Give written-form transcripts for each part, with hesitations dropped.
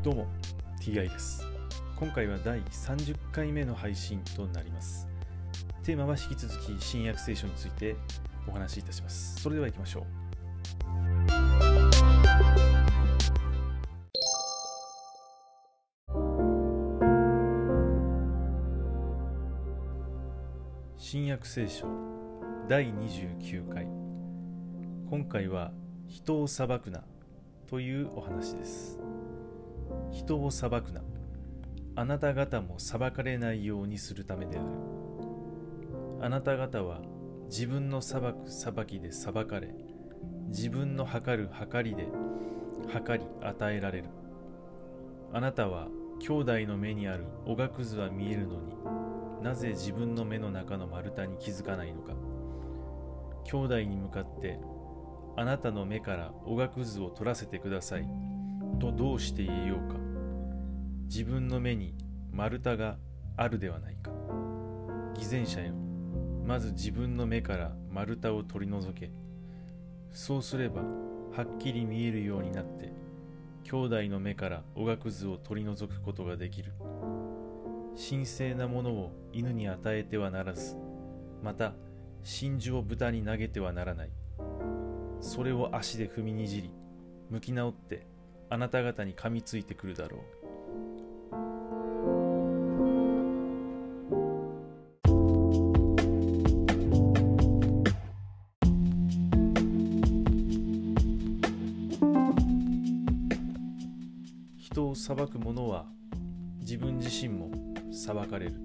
どうも TI です。今回は第30回目の配信となります。テーマは引き続き新約聖書についてお話しいたします。それでは行きましょう。新約聖書第29回。今回は人を裁くなというお話です。人を裁くな。あなた方も裁かれないようにするためである。あなた方は自分の裁く裁きで裁かれ、自分の測る測りで測り与えられる。あなたは兄弟の目にあるおがくずは見えるのに、なぜ自分の目の中の丸太に気づかないのか。兄弟に向かって、あなたの目からおがくずを取らせてくださいとどうして言えようか。自分の目に丸太があるではないか。偽善者よ、まず自分の目から丸太を取り除け。そうすればはっきり見えるようになって、兄弟の目からおがくずを取り除くことができる。神聖なものを犬に与えてはならず、また真珠を豚に投げてはならない。それを足で踏みにじり、向き直ってあなた方に噛みついてくるだろう。人を裁く者は自分自身も裁かれる。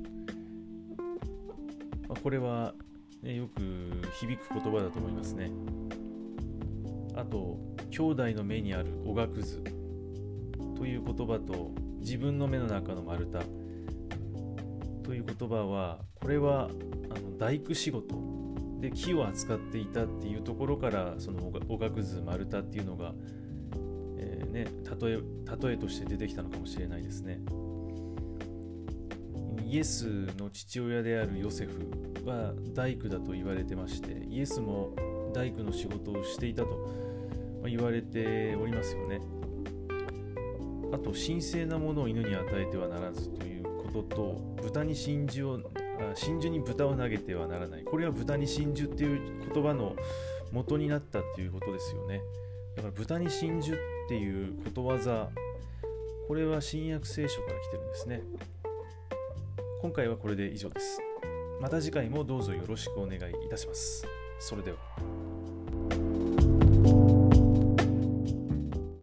これは、よく響く言葉だと思いますね。あと、兄弟の目にあるおがくずという言葉と、自分の目の中の丸太という言葉は、これは大工仕事で木を扱っていたっていうところから、そのおがくず丸太っていうのが、例えとして出てきたのかもしれないですね。イエスの父親であるヨセフは大工だと言われてまして、イエスも大工の仕事をしていたと言われておりますよね。あと、神聖なものを犬に与えてはならずということと、真珠に豚を投げてはならない。これは豚に真珠っていう言葉の元になったっていうことですよね。だから豚に真珠っていうことわざ、これは新約聖書から来てるんですね。今回はこれで以上です。また次回もどうぞよろしくお願いいたします。それでは。